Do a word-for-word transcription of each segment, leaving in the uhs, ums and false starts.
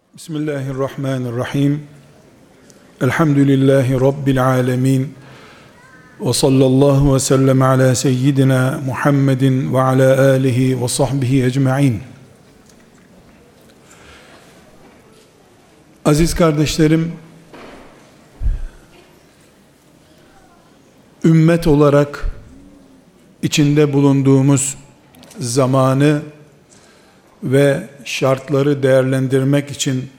Bismillahirrahmanirrahim. Elhamdülillahi Rabbil alemin. Ve sallallahu ve sellem ala seyyidina Muhammedin ve ala alihi ve sahbihi ecma'in. Aziz kardeşlerim, ümmet olarak içinde bulunduğumuz zamanı ve şartları değerlendirmek için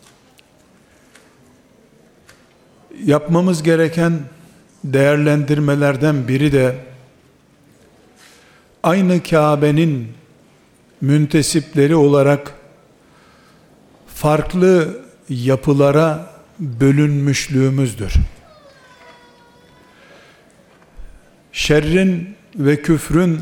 yapmamız gereken değerlendirmelerden biri de aynı Kabe'nin müntesipleri olarak farklı yapılara bölünmüşlüğümüzdür. Şerrin ve küfrün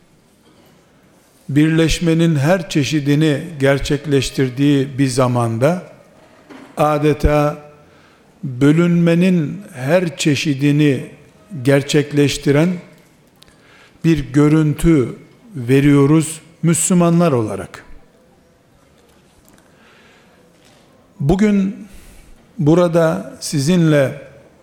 birleşmenin her çeşidini gerçekleştirdiği bir zamanda adeta bölünmenin her çeşidini gerçekleştiren bir görüntü veriyoruz Müslümanlar olarak. Bugün burada sizinle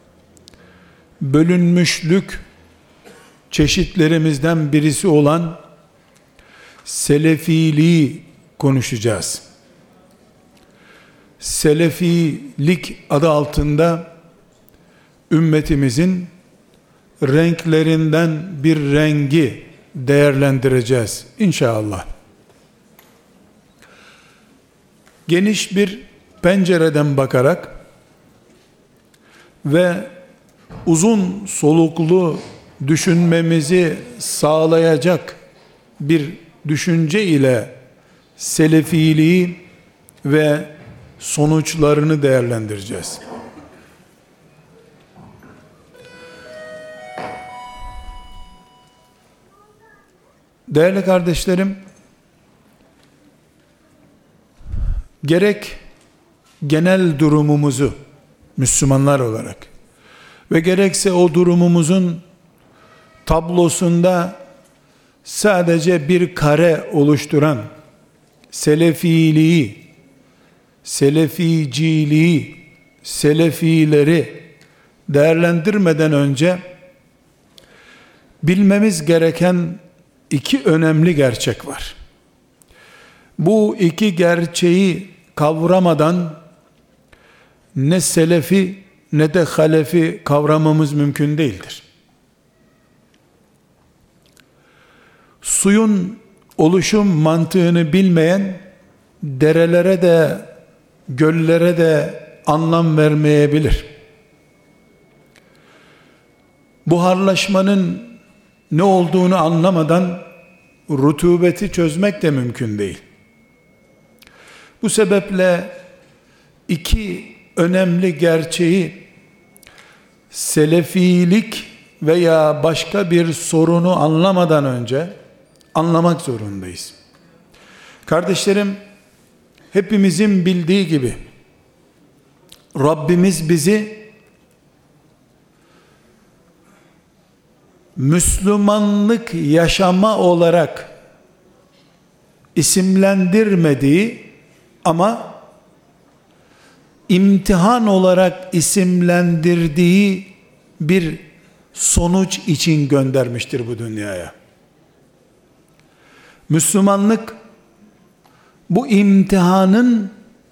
bölünmüşlük çeşitlerimizden birisi olan Selefiliği konuşacağız. Selefilik adı altında ümmetimizin renklerinden bir rengi değerlendireceğiz inşallah. Geniş bir pencereden bakarak ve uzun soluklu düşünmemizi sağlayacak bir düşünce ile selefiliği ve sonuçlarını değerlendireceğiz. Değerli kardeşlerim, gerek genel durumumuzu Müslümanlar olarak ve gerekse o durumumuzun tablosunda sadece bir kare oluşturan selefiliği, seleficiliği, selefileri değerlendirmeden önce bilmemiz gereken iki önemli gerçek var. Bu iki gerçeği kavramadan ne selefi ne de halefi kavramamız mümkün değildir. Suyun oluşum mantığını bilmeyen derelere de göllere de anlam vermeyebilir. Buharlaşmanın ne olduğunu anlamadan rutubeti çözmek de mümkün değil. Bu sebeple iki önemli gerçeği selefilik veya başka bir sorunu anlamadan önce anlamak zorundayız. Kardeşlerim, hepimizin bildiği gibi Rabbimiz bizi Müslümanlık yaşama olarak isimlendirmediği ama imtihan olarak isimlendirdiği bir sonuç için göndermiştir bu dünyaya. Müslümanlık bu imtihanın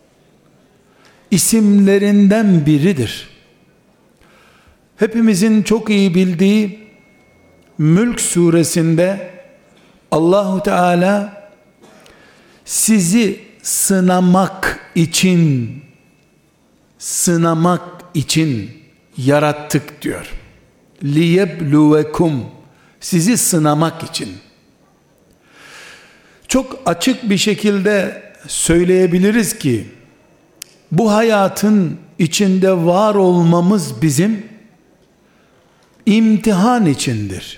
isimlerinden biridir. Hepimizin çok iyi bildiği Mülk suresinde Allahu Teala sizi sınamak için sınamak için yarattık diyor. Liyebluvekum, sizi sınamak için. Çok açık bir şekilde söyleyebiliriz ki bu hayatın içinde var olmamız bizim imtihan içindir.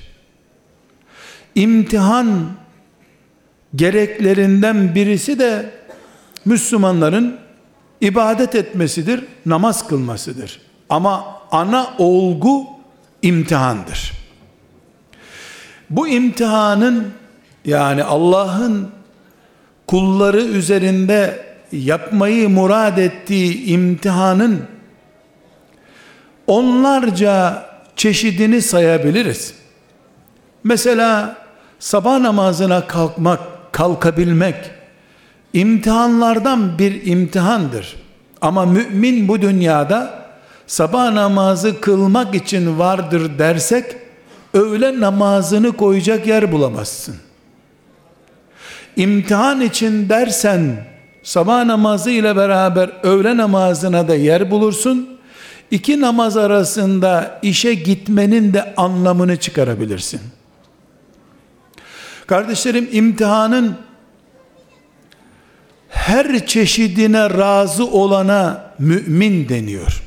İmtihan gereklerinden birisi de Müslümanların ibadet etmesidir, namaz kılmasıdır. Ama ana olgu imtihandır. Bu imtihanın, yani Allah'ın kulları üzerinde yapmayı murad ettiği imtihanın onlarca çeşidini sayabiliriz. Mesela sabah namazına kalkmak, kalkabilmek imtihanlardan bir imtihandır. Ama mümin bu dünyada sabah namazı kılmak için vardır dersek, öğle namazını koyacak yer bulamazsın. İmtihan için dersen, sabah namazı ile beraber öğle namazına da yer bulursun. İki namaz arasında işe gitmenin de anlamını çıkarabilirsin. Kardeşlerim, imtihanın her çeşidine razı olana mümin deniyor.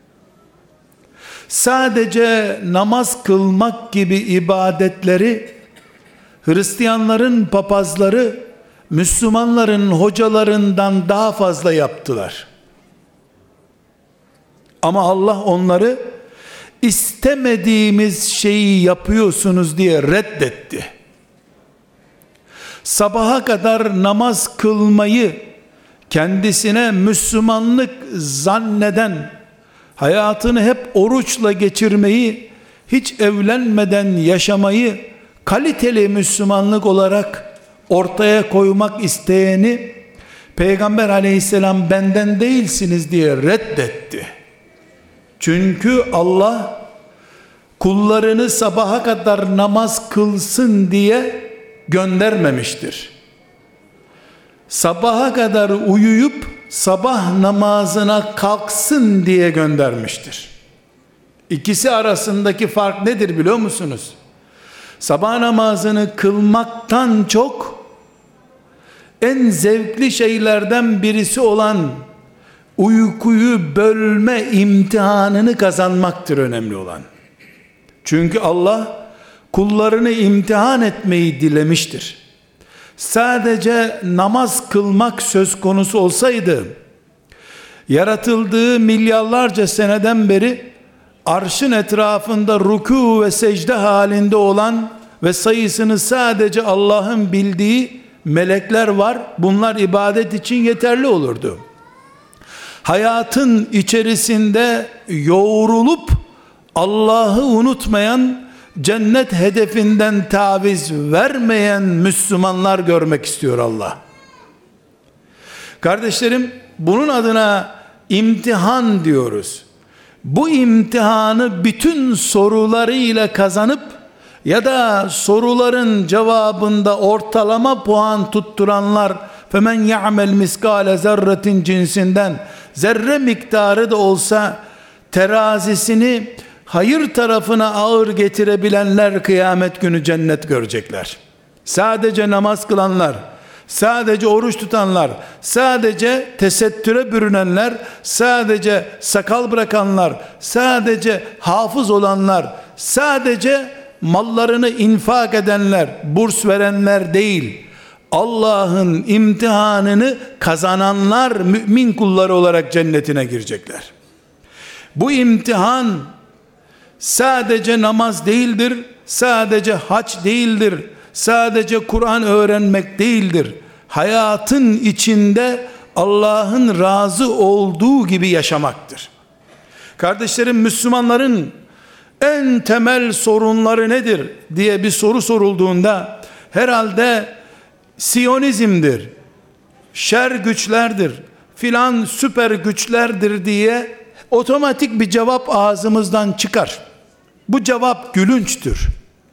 Sadece namaz kılmak gibi ibadetleri Hristiyanların papazları Müslümanların hocalarından daha fazla yaptılar. Ama Allah onları istemediğimiz şeyi yapıyorsunuz diye reddetti. Sabaha kadar namaz kılmayı kendisine Müslümanlık zanneden, hayatını hep oruçla geçirmeyi, hiç evlenmeden yaşamayı kaliteli Müslümanlık olarak ortaya koymak isteyeni Peygamber aleyhisselam benden değilsiniz diye reddetti. Çünkü Allah kullarını sabaha kadar namaz kılsın diye göndermemiştir. Sabaha kadar uyuyup sabah namazına kalksın diye göndermiştir. İkisi arasındaki fark nedir biliyor musunuz? Sabah namazını kılmaktan çok en zevkli şeylerden birisi olan uykuyu bölme imtihanını kazanmaktır önemli olan. Çünkü Allah kullarını imtihan etmeyi dilemiştir. Sadece namaz kılmak söz konusu olsaydı, yaratıldığı milyarlarca seneden beri arşın etrafında rükû ve secde halinde olan ve sayısını sadece Allah'ın bildiği melekler var. Bunlar ibadet için yeterli olurdu. Hayatın içerisinde yoğrulup Allah'ı unutmayan, cennet hedefinden taviz vermeyen Müslümanlar görmek istiyor Allah. Kardeşlerim, bunun adına imtihan diyoruz. Bu imtihanı bütün sorularıyla kazanıp ya da soruların cevabında ortalama puan tutturanlar, femen ya'mel miskale zerretin cinsinden, zerre miktarı da olsa terazisini hayır tarafına ağır getirebilenler kıyamet günü cennet görecekler. Sadece namaz kılanlar, sadece oruç tutanlar, sadece tesettüre bürünenler, sadece sakal bırakanlar, sadece hafız olanlar, sadece mallarını infak edenler, burs verenler değil, Allah'ın imtihanını kazananlar mümin kulları olarak cennetine girecekler. Bu imtihan sadece namaz değildir, sadece hac değildir, sadece Kur'an öğrenmek değildir. Hayatın içinde Allah'ın razı olduğu gibi yaşamaktır. Kardeşlerim, Müslümanların en temel sorunları nedir diye bir soru sorulduğunda herhalde Siyonizmdir, şer güçlerdir, filan süper güçlerdir diye otomatik bir cevap ağzımızdan çıkar. Bu cevap gülünçtür.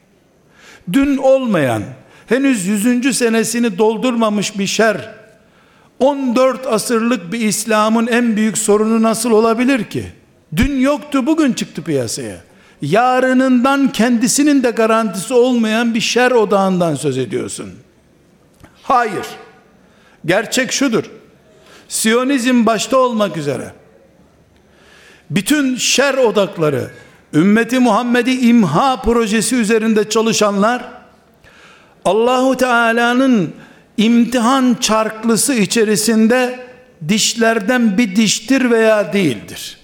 Dün olmayan, henüz yüzüncü senesini doldurmamış bir şer, on dört asırlık bir İslam'ın en büyük sorunu nasıl olabilir ki? Dün yoktu, bugün çıktı piyasaya. Yarınından kendisinin de garantisi olmayan bir şer odağından söz ediyorsun. Hayır. Gerçek şudur: Siyonizm başta olmak üzere bütün şer odakları, ümmeti Muhammed'i imha projesi üzerinde çalışanlar, Allahu Teala'nın imtihan çarklısı içerisinde dişlerden bir diştir veya değildir.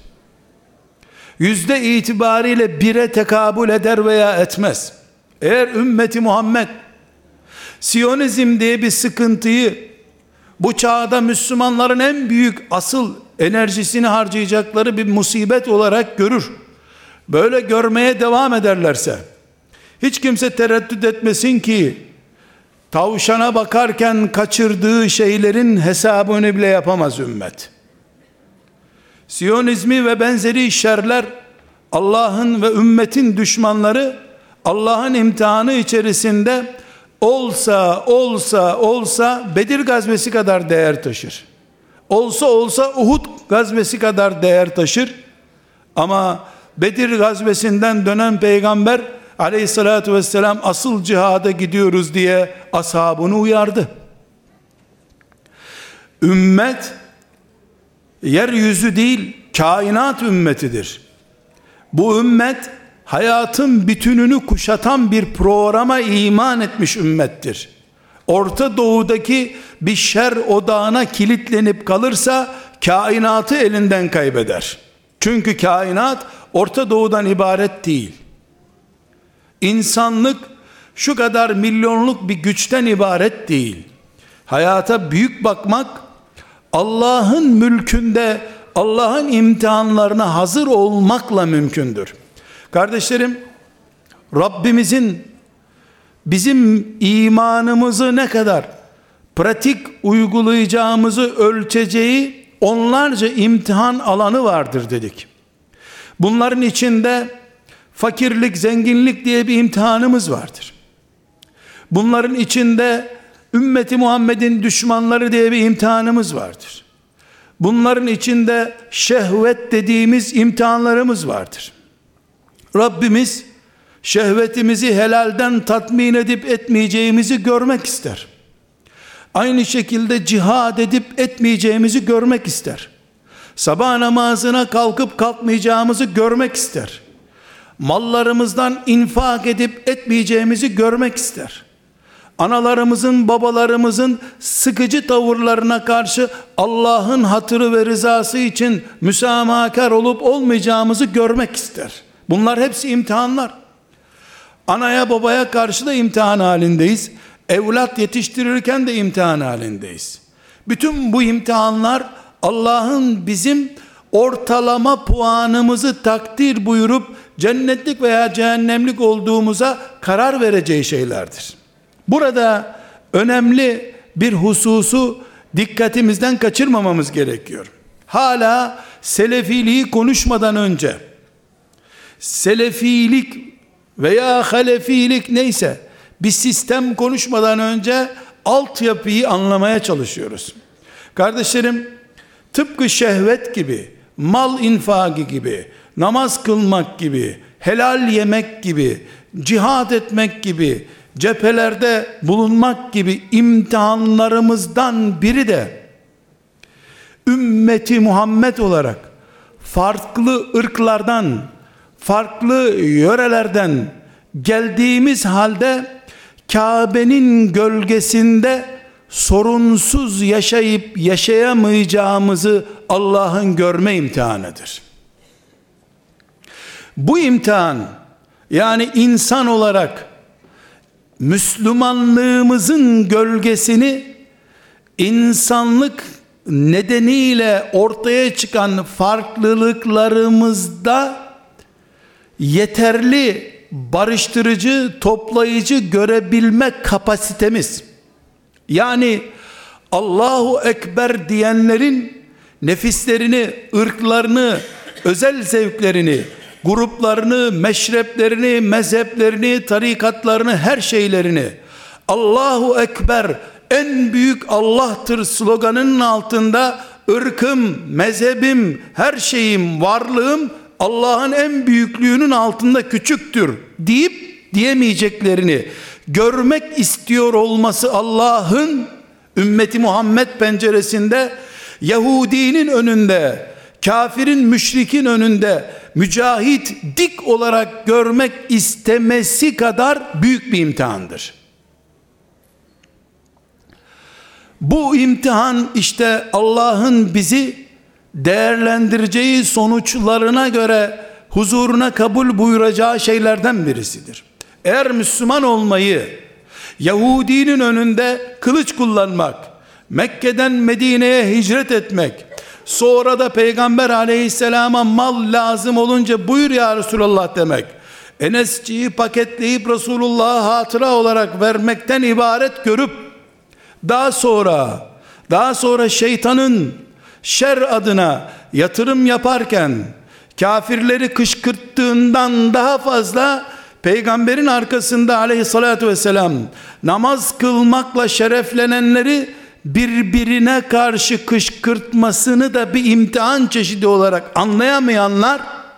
Yüzde itibariyle bire tekabül eder veya etmez. Eğer ümmeti Muhammed Siyonizm diye bir sıkıntıyı bu çağda Müslümanların en büyük asıl enerjisini harcayacakları bir musibet olarak görür. Böyle görmeye devam ederlerse, hiç kimse tereddüt etmesin ki, tavşana bakarken kaçırdığı şeylerin hesabını bile yapamaz ümmet. Siyonizmi ve benzeri şerler, Allah'ın ve ümmetin düşmanları, Allah'ın imtihanı içerisinde olsa olsa olsa Bedir gazvesi kadar değer taşır. Olsa olsa Uhud gazvesi kadar değer taşır. Ama Bedir gazvesinden dönen peygamber aleyhissalatü vesselam asıl cihada gidiyoruz diye ashabını uyardı. Ümmet yeryüzü değil, kainat ümmetidir. Bu ümmet hayatın bütününü kuşatan bir programa iman etmiş ümmettir. Orta Doğu'daki bir şer odağına kilitlenip kalırsa kainatı elinden kaybeder. Çünkü kainat Orta Doğu'dan ibaret değil. İnsanlık şu kadar milyonluk bir güçten ibaret değil. Hayata büyük bakmak, Allah'ın mülkünde Allah'ın imtihanlarına hazır olmakla mümkündür. Kardeşlerim, Rabbimizin bizim imanımızı ne kadar pratik uygulayacağımızı ölçeceği onlarca imtihan alanı vardır dedik. Bunların içinde fakirlik, zenginlik diye bir imtihanımız vardır. Bunların içinde ümmeti Muhammed'in düşmanları diye bir imtihanımız vardır. Bunların içinde şehvet dediğimiz imtihanlarımız vardır. Rabbimiz şehvetimizi helalden tatmin edip etmeyeceğimizi görmek ister. Aynı şekilde cihad edip etmeyeceğimizi görmek ister. Sabah namazına kalkıp kalkmayacağımızı görmek ister. Mallarımızdan infak edip etmeyeceğimizi görmek ister. Analarımızın, babalarımızın sıkıcı tavırlarına karşı Allah'ın hatırı ve rızası için müsamahakar olup olmayacağımızı görmek ister. Bunlar hepsi imtihanlar. Anaya babaya karşı da imtihan halindeyiz. Evlat yetiştirirken de imtihan halindeyiz. Bütün bu imtihanlar Allah'ın bizim ortalama puanımızı takdir buyurup cennetlik veya cehennemlik olduğumuza karar vereceği şeylerdir. Burada önemli bir hususu dikkatimizden kaçırmamamız gerekiyor. Hala selefiliği konuşmadan önce, selefilik veya halefilik neyse bir sistem konuşmadan önce altyapıyı anlamaya çalışıyoruz. Kardeşlerim, tıpkı şehvet gibi, mal infakı gibi, namaz kılmak gibi, helal yemek gibi, cihad etmek gibi, cephelerde bulunmak gibi imtihanlarımızdan biri de ümmeti Muhammed olarak farklı ırklardan, farklı yörelerden geldiğimiz halde Kabe'nin gölgesinde sorunsuz yaşayıp yaşayamayacağımızı Allah'ın görme imtihanıdır. Bu imtihan, yani insan olarak Müslümanlığımızın gölgesini insanlık nedeniyle ortaya çıkan farklılıklarımızda yeterli barıştırıcı, toplayıcı görebilme kapasitemiz, yani Allahu Ekber diyenlerin nefislerini, ırklarını, özel zevklerini, gruplarını, meşreplerini, mezheplerini, tarikatlarını, her şeylerini Allahu Ekber, en büyük Allah'tır sloganının altında ırkım, mezhebim, her şeyim, varlığım Allah'ın en büyüklüğünün altında küçüktür deyip diyemeyeceklerini görmek istiyor olması Allah'ın ümmeti Muhammed penceresinde Yahudinin önünde, kafirin, müşrikin önünde mücahit, dik olarak görmek istemesi kadar büyük bir imtihandır. Bu imtihan işte Allah'ın bizi değerlendireceği sonuçlarına göre huzuruna kabul buyuracağı şeylerden birisidir. Eğer Müslüman olmayı Yahudinin önünde kılıç kullanmak, Mekke'den Medine'ye hicret etmek, sonra da Peygamber aleyhisselama mal lazım olunca buyur ya Resulallah demek, Enesçiyi paketleyip Resulullah'a hatıra olarak vermekten ibaret görüp, daha sonra daha sonra şeytanın şer adına yatırım yaparken kafirleri kışkırttığından daha fazla Peygamberin arkasında aleyhissalatü vesselam namaz kılmakla şereflenenleri birbirine karşı kışkırtmasını da bir imtihan çeşidi olarak anlayamayanlar,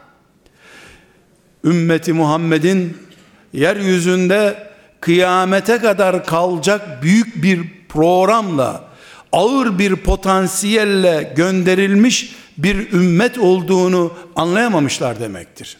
ümmeti Muhammed'in yeryüzünde kıyamete kadar kalacak büyük bir programla, ağır bir potansiyelle gönderilmiş bir ümmet olduğunu anlayamamışlar demektir.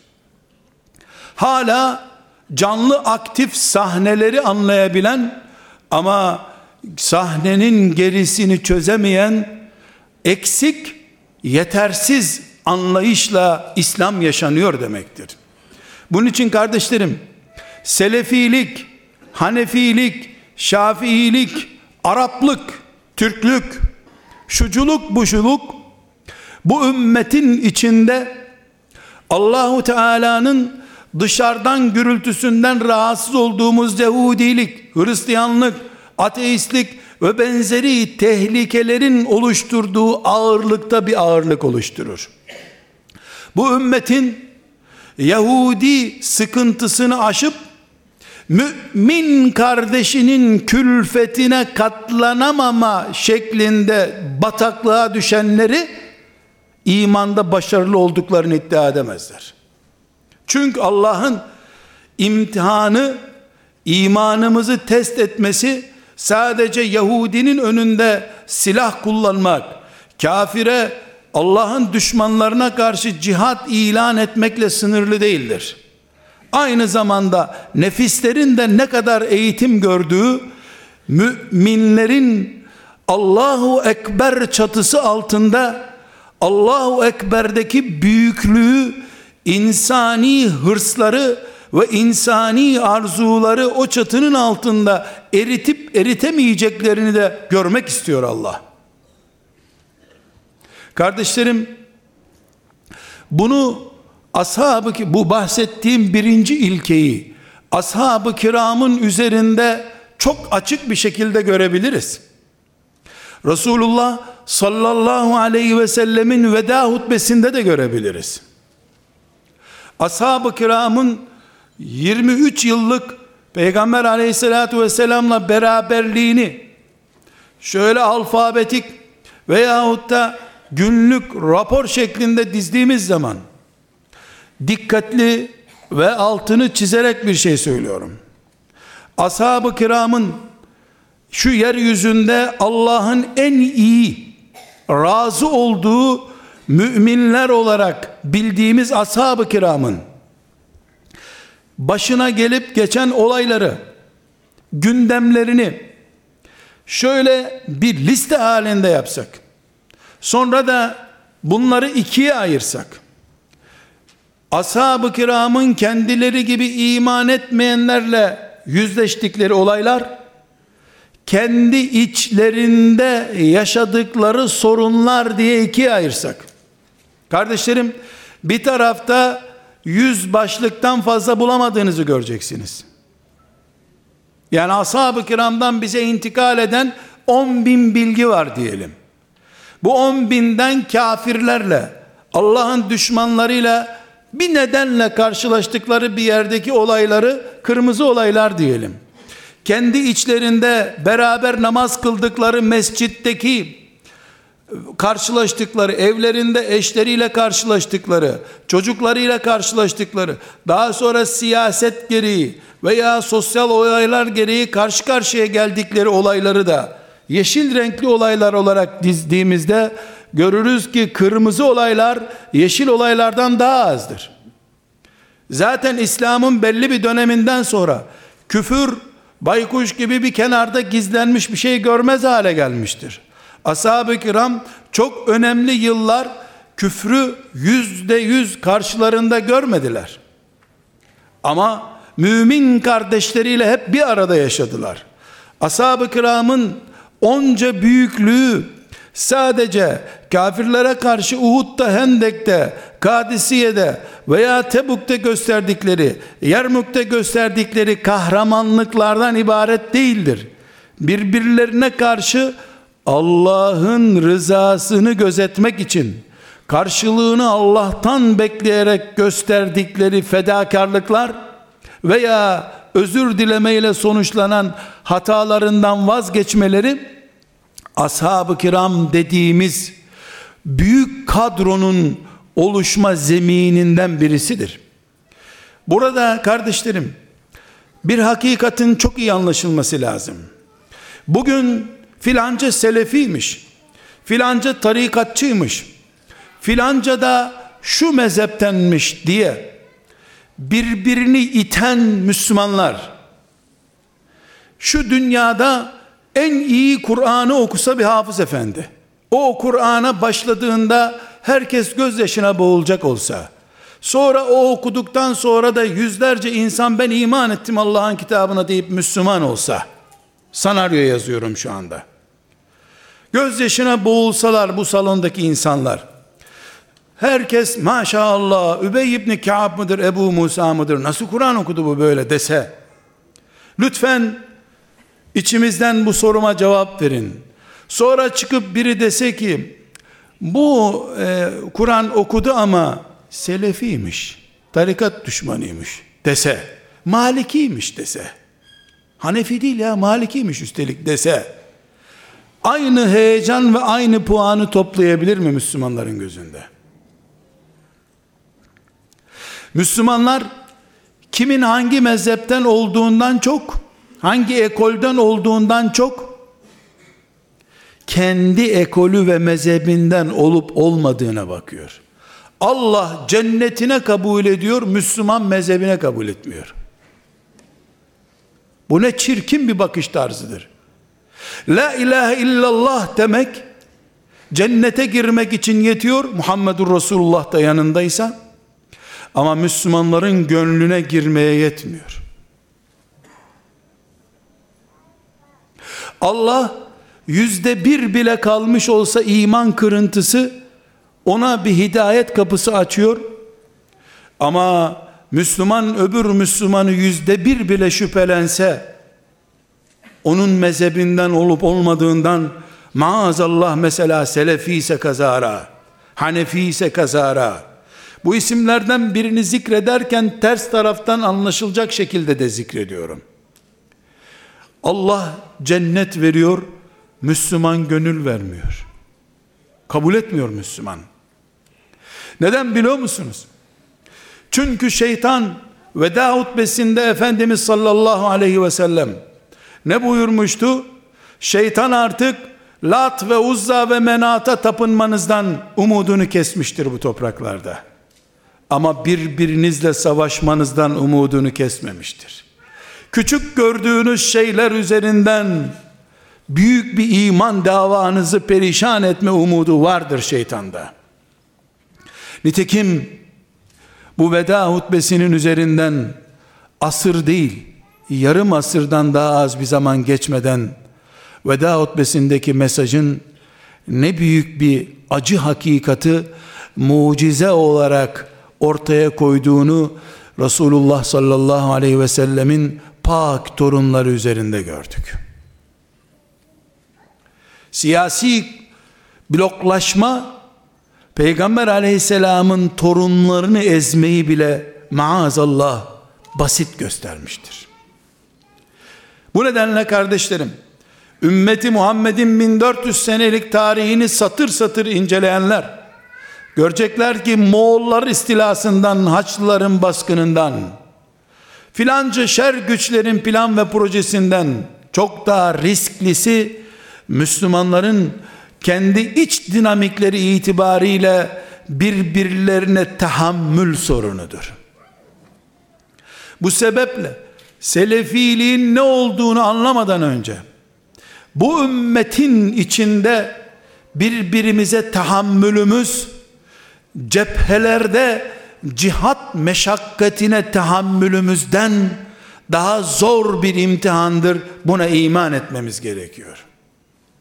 Hala canlı aktif sahneleri anlayabilen ama sahnenin gerisini çözemeyen eksik, yetersiz anlayışla İslam yaşanıyor demektir. Bunun için kardeşlerim, Selefilik, Hanefilik, Şafiilik, Araplık, Türklük, şuculuk, buşuluk, bu ümmetin içinde Allahu Teala'nın dışarıdan gürültüsünden rahatsız olduğumuz Yahudilik, Hristiyanlık, ateistlik ve benzeri tehlikelerin oluşturduğu ağırlıkta bir ağırlık oluşturur. Bu ümmetin Yahudi sıkıntısını aşıp mümin kardeşinin külfetine katlanamama şeklinde bataklığa düşenleri imanda başarılı olduklarını iddia edemezler. Çünkü Allah'ın imtihanı, imanımızı test etmesi sadece Yahudinin önünde silah kullanmak, kafire, Allah'ın düşmanlarına karşı cihat ilan etmekle sınırlı değildir. Aynı zamanda nefislerin de ne kadar eğitim gördüğü, müminlerin Allahu Ekber çatısı altında Allahu Ekber'deki büyüklüğü, insani hırsları ve insani arzuları o çatının altında eritip eritemeyeceklerini de görmek istiyor Allah. Kardeşlerim, bunu ashab-ı, bu bahsettiğim birinci ilkeyi ashab-ı kiramın üzerinde çok açık bir şekilde görebiliriz. Resulullah sallallahu aleyhi ve sellemin veda hutbesinde de görebiliriz. Ashab-ı kiramın yirmi üç yıllık Peygamber aleyhissalatu vesselamla beraberliğini şöyle alfabetik veyahut da günlük rapor şeklinde dizdiğimiz zaman, dikkatli ve altını çizerek bir şey söylüyorum. Ashab-ı kiramın şu yeryüzünde Allah'ın en iyi razı olduğu müminler olarak bildiğimiz ashab-ı kiramın başına gelip geçen olayları, gündemlerini şöyle bir liste halinde yapsak, sonra da bunları ikiye ayırsak, ashab-ı kiramın kendileri gibi iman etmeyenlerle yüzleştikleri olaylar, kendi içlerinde yaşadıkları sorunlar diye ikiye ayırsak, kardeşlerim, bir tarafta yüz başlıktan fazla bulamadığınızı göreceksiniz. Yani ashab-ı kiramdan bize intikal eden on bin bilgi var diyelim. Bu on binden kafirlerle, Allah'ın düşmanlarıyla bir nedenle karşılaştıkları bir yerdeki olayları kırmızı olaylar diyelim. Kendi içlerinde beraber namaz kıldıkları mescitteki karşılaştıkları, evlerinde eşleriyle karşılaştıkları, çocuklarıyla karşılaştıkları, daha sonra siyaset gereği veya sosyal olaylar gereği karşı karşıya geldikleri olayları da yeşil renkli olaylar olarak dizdiğimizde görürüz ki kırmızı olaylar yeşil olaylardan daha azdır. Zaten İslam'ın belli bir döneminden sonra küfür baykuş gibi bir kenarda gizlenmiş bir şey görmez hale gelmiştir. Ashab-ı kiram çok önemli yıllar küfrü yüzde yüz karşılarında görmediler. Ama mümin kardeşleriyle hep bir arada yaşadılar. Ashab-ı kiramın onca büyüklüğü sadece kafirlere karşı Uhud'da, Hendek'te, Kadisiye'de veya Tebuk'te gösterdikleri, Yermuk'te gösterdikleri kahramanlıklardan ibaret değildir. Birbirlerine karşı Allah'ın rızasını gözetmek için karşılığını Allah'tan bekleyerek gösterdikleri fedakarlıklar veya özür dilemeyle sonuçlanan hatalarından vazgeçmeleri, ashab-ı kiram dediğimiz büyük kadronun oluşma zemininden birisidir. Burada kardeşlerim, bir hakikatin çok iyi anlaşılması lazım. Bugün filanca selefiymiş, filanca tarikatçıymış, filanca da şu mezheptenmiş diye birbirini iten Müslümanlar, şu dünyada en iyi Kur'an'ı okusa bir hafız efendi, o Kur'an'a başladığında herkes gözyaşına boğulacak olsa, sonra o okuduktan sonra da yüzlerce insan ben iman ettim Allah'ın kitabına deyip Müslüman olsa, senaryo yazıyorum şu anda, gözyaşına boğulsalar bu salondaki insanlar, herkes maşallah Übey ibn Ka'b mıdır, Ebu Musa mıdır, nasıl Kur'an okudu bu böyle dese, lütfen içimizden bu soruma cevap verin. Sonra çıkıp biri dese ki bu e, Kur'an okudu ama selefiymiş, tarikat düşmanıymış dese, Malikiymiş dese, Hanefi değil ya Malikiymiş üstelik dese, aynı heyecan ve aynı puanı toplayabilir mi Müslümanların gözünde? Müslümanlar kimin hangi mezhepten olduğundan çok, hangi ekolden olduğundan çok, kendi ekolü ve mezhebinden olup olmadığına bakıyor. Allah cennetine kabul ediyor, Müslüman mezhebine kabul etmiyor. Bu ne çirkin bir bakış tarzıdır. La ilahe illallah demek cennete girmek için yetiyor, Muhammedur Resulullah da yanındaysa, ama Müslümanların gönlüne girmeye yetmiyor. Allah yüzde bir bile kalmış olsa iman kırıntısı ona bir hidayet kapısı açıyor. Ama Müslüman öbür Müslümanı yüzde bir bile şüphelense, onun mezhebinden olup olmadığından maazallah, mesela Selefi ise kazara, Hanefi ise kazara, bu isimlerden birini zikrederken ters taraftan anlaşılacak şekilde de zikrediyorum. Allah cennet veriyor, Müslüman gönül vermiyor. Kabul etmiyor Müslüman. Neden biliyor musunuz? Çünkü şeytan veda hutbesinde Efendimiz sallallahu aleyhi ve sellem ne buyurmuştu? Şeytan artık Lat ve Uzza ve Menat'a tapınmanızdan umudunu kesmiştir bu topraklarda. Ama birbirinizle savaşmanızdan umudunu kesmemiştir. Küçük gördüğünüz şeyler üzerinden büyük bir iman davanızı perişan etme umudu vardır şeytanda. Nitekim bu veda hutbesinin üzerinden asır değil, yarım asırdan daha az bir zaman geçmeden veda hutbesindeki mesajın ne büyük bir acı hakikati mucize olarak ortaya koyduğunu Resulullah sallallahu aleyhi ve sellemin pak torunları üzerinde gördük. Siyasi bloklaşma Peygamber aleyhisselamın torunlarını ezmeyi bile maazallah basit göstermiştir. Bu nedenle kardeşlerim, ümmeti Muhammed'in bin dört yüz senelik tarihini satır satır inceleyenler görecekler ki Moğollar istilasından, Haçlıların baskınından, filanca şer güçlerin plan ve projesinden çok daha risklisi Müslümanların kendi iç dinamikleri itibariyle birbirlerine tahammül sorunudur. Bu sebeple selefiliğin ne olduğunu anlamadan önce bu ümmetin içinde birbirimize tahammülümüz cephelerde cihat meşakkatine tahammülümüzden daha zor bir imtihandır. Buna iman etmemiz gerekiyor.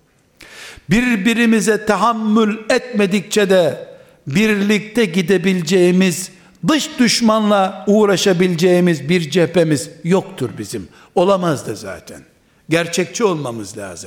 birbirimize tahammül etmedikçe de birlikte gidebileceğimiz, dış düşmanla uğraşabileceğimiz bir cephemiz yoktur bizim. Olamaz da zaten. Gerçekçi olmamız lazım.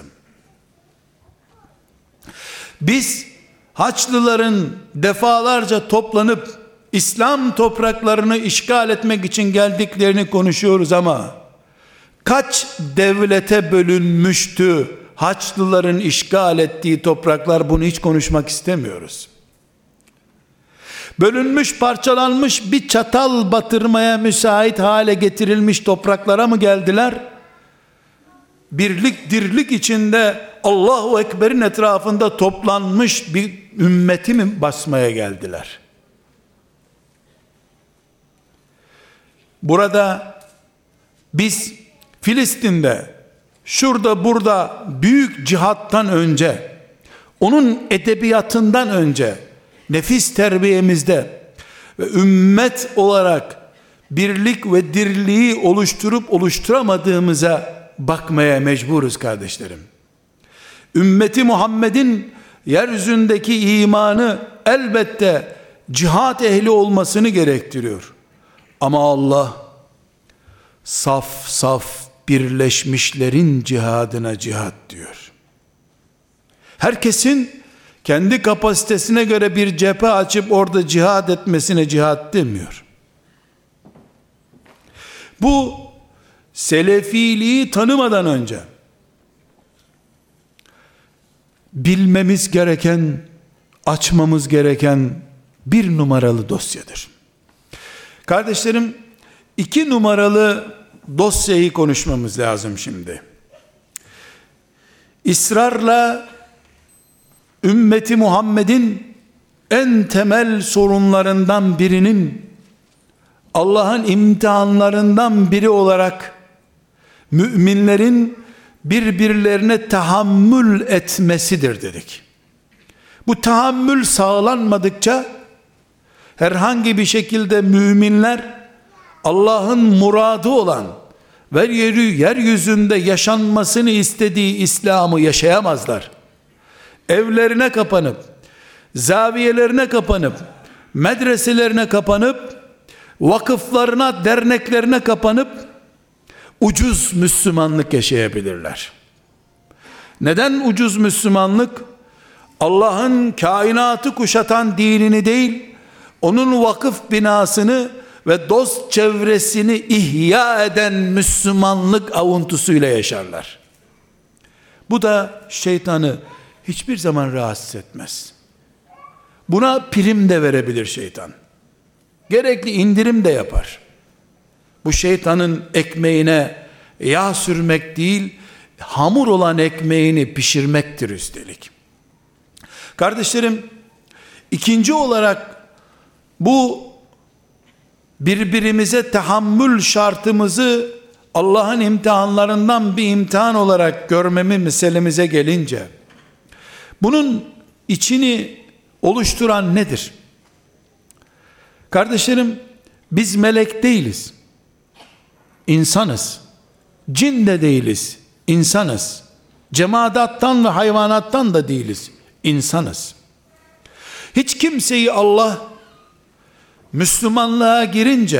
Biz Haçlıların defalarca toplanıp İslam topraklarını işgal etmek için geldiklerini konuşuyoruz ama kaç devlete bölünmüştü Haçlıların işgal ettiği topraklar, bunu hiç konuşmak istemiyoruz. Bölünmüş, parçalanmış, bir çatal batırmaya müsait hale getirilmiş topraklara mı geldiler? Birlik dirlik içinde Allahu Ekber'in etrafında toplanmış bir ümmeti mi basmaya geldiler? Burada biz Filistin'de, şurada burada büyük cihattan önce, onun edebiyatından önce, nefis terbiyemizde ve ümmet olarak birlik ve dirliği oluşturup oluşturamadığımıza bakmaya mecburuz kardeşlerim. Ümmeti Muhammed'in yeryüzündeki imanı elbette cihat ehli olmasını gerektiriyor. Ama Allah saf saf birleşmişlerin cihadına cihat diyor. Herkesin kendi kapasitesine göre bir cephe açıp orada cihad etmesine cihat demiyor. Bu selefiliği tanımadan önce bilmemiz gereken, açmamız gereken bir numaralı dosyadır. Kardeşlerim, iki numaralı dosyayı konuşmamız lazım şimdi. İsrarla ümmeti Muhammed'in en temel sorunlarından birinin, Allah'ın imtihanlarından biri olarak müminlerin birbirlerine tahammül etmesidir dedik. Bu tahammül sağlanmadıkça herhangi bir şekilde müminler Allah'ın muradı olan ve yeryüzünde yaşanmasını istediği İslam'ı yaşayamazlar. Evlerine kapanıp, zaviyelerine kapanıp, medreselerine kapanıp, vakıflarına, derneklerine kapanıp ucuz Müslümanlık yaşayabilirler. Neden ucuz Müslümanlık? Allah'ın kainatı kuşatan dinini değil, onun vakıf binasını ve dost çevresini ihya eden Müslümanlık avuntusuyla yaşarlar. Bu da şeytanı hiçbir zaman rahatsız etmez. Buna prim de verebilir şeytan. Gerekli indirim de yapar. Bu şeytanın ekmeğine yağ sürmek değil, hamur olan ekmeğini pişirmektir üstelik. Kardeşlerim, ikinci olarak bu birbirimize tahammül şartımızı Allah'ın imtihanlarından bir imtihan olarak görmemi meselemize gelince, bunun içini oluşturan nedir? Kardeşlerim, biz melek değiliz. İnsanız. Cin de değiliz. İnsanız. Cemaattan ve hayvanattan da değiliz. İnsanız. Hiç kimseyi Allah Müslümanlığa girince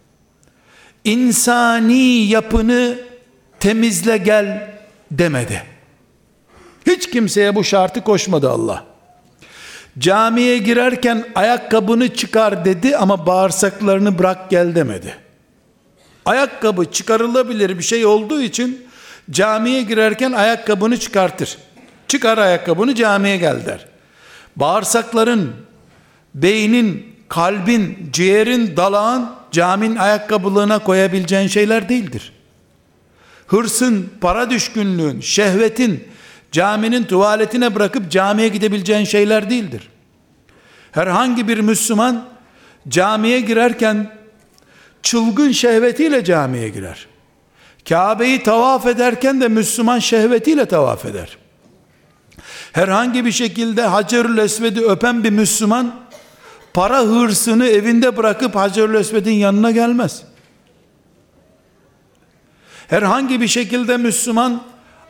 insani yapını temizle gel demedi. Hiç kimseye bu şartı koşmadı Allah. Camiye girerken ayakkabını çıkar dedi ama bağırsaklarını bırak gel demedi. Ayakkabı çıkarılabilir bir şey olduğu için camiye girerken ayakkabını çıkartır. Çıkar ayakkabını, camiye gel der. Bağırsakların, beynin, kalbin, ciğerin, dalağın caminin ayakkabılığına koyabileceğin şeyler değildir. Hırsın, para düşkünlüğün, şehvetin caminin tuvaletine bırakıp camiye gidebileceğin şeyler değildir. Herhangi bir Müslüman camiye girerken çılgın şehvetiyle camiye girer. Kabe'yi tavaf ederken de Müslüman şehvetiyle tavaf eder. Herhangi bir şekilde Hacerül Esved'i öpen bir Müslüman para hırsını evinde bırakıp Hacerül Esved'in yanına gelmez. Herhangi bir şekilde Müslüman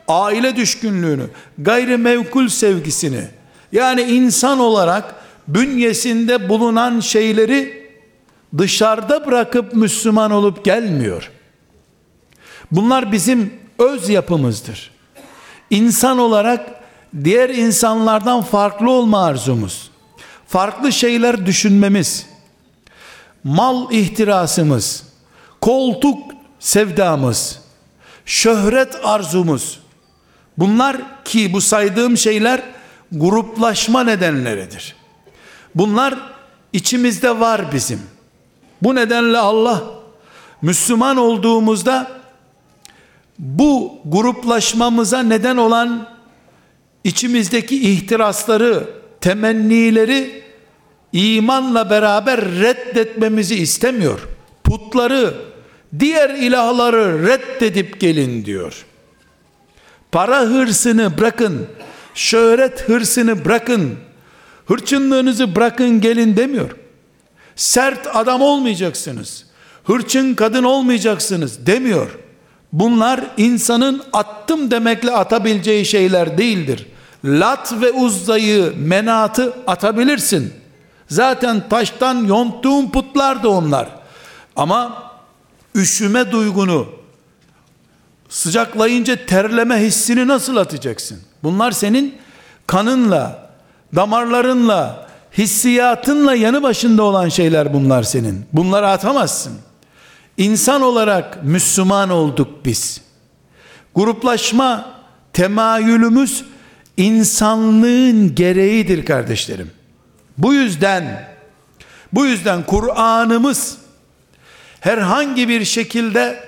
aile düşkünlüğünü, gayrimevkul sevgisini, yani insan olarak bünyesinde bulunan şeyleri dışarıda bırakıp Müslüman olup gelmiyor. Bunlar bizim öz yapımızdır. İnsan olarak diğer insanlardan farklı olma arzumuz, farklı şeyler düşünmemiz, mal ihtirasımız, koltuk sevdamız, şöhret arzumuz, bunlar ki bu saydığım şeyler gruplaşma nedenleridir. Bunlar içimizde var bizim. Bu nedenle Allah Müslüman olduğumuzda bu gruplaşmamıza neden olan içimizdeki ihtirasları, temennileri imanla beraber reddetmemizi istemiyor. Putları, diğer ilahları reddedip gelin diyor. Para hırsını bırakın, şöhret hırsını bırakın, hırçınlığınızı bırakın gelin demiyor. Sert adam olmayacaksınız, hırçın kadın olmayacaksınız demiyor. Bunlar insanın attım demekle atabileceği şeyler değildir. Lat ve Uzza'yı, Menat'ı atabilirsin. Zaten taştan yonttuğun putlar da onlar. Ama üşüme duygunu, sıcaklayınca terleme hissini nasıl atacaksın? Bunlar senin kanınla, damarlarınla, hissiyatınla yanı başında olan şeyler bunlar senin. Bunları atamazsın. İnsan olarak Müslüman olduk biz. Gruplaşma temayülümüz insanlığın gereğidir kardeşlerim. Bu yüzden bu yüzden Kur'an'ımız herhangi bir şekilde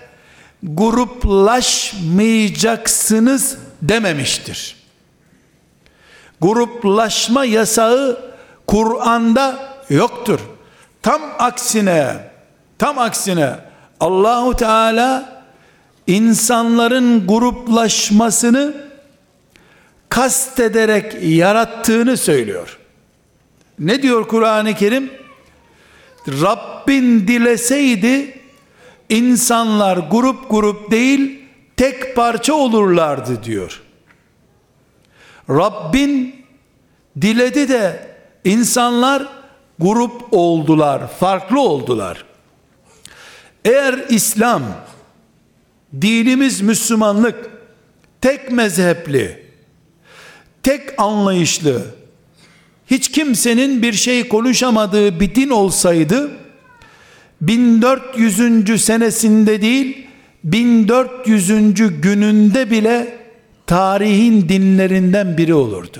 gruplaşmayacaksınız dememiştir. Gruplaşma yasağı Kur'an'da yoktur. Tam aksine, tam aksine Allahu Teala insanların gruplaşmasını kastederek yarattığını söylüyor. Ne diyor Kur'an-ı Kerim? Rabbin dileseydi insanlar grup grup değil tek parça olurlardı diyor. Rabbin diledi de insanlar grup oldular, farklı oldular. Eğer İslam, dinimiz Müslümanlık, tek mezhepli, tek anlayışlı, hiç kimsenin bir şey konuşamadığı bir din olsaydı, bin dört yüzüncü senesinde değil, bin dört yüzüncü gününde bile tarihin dinlerinden biri olurdu.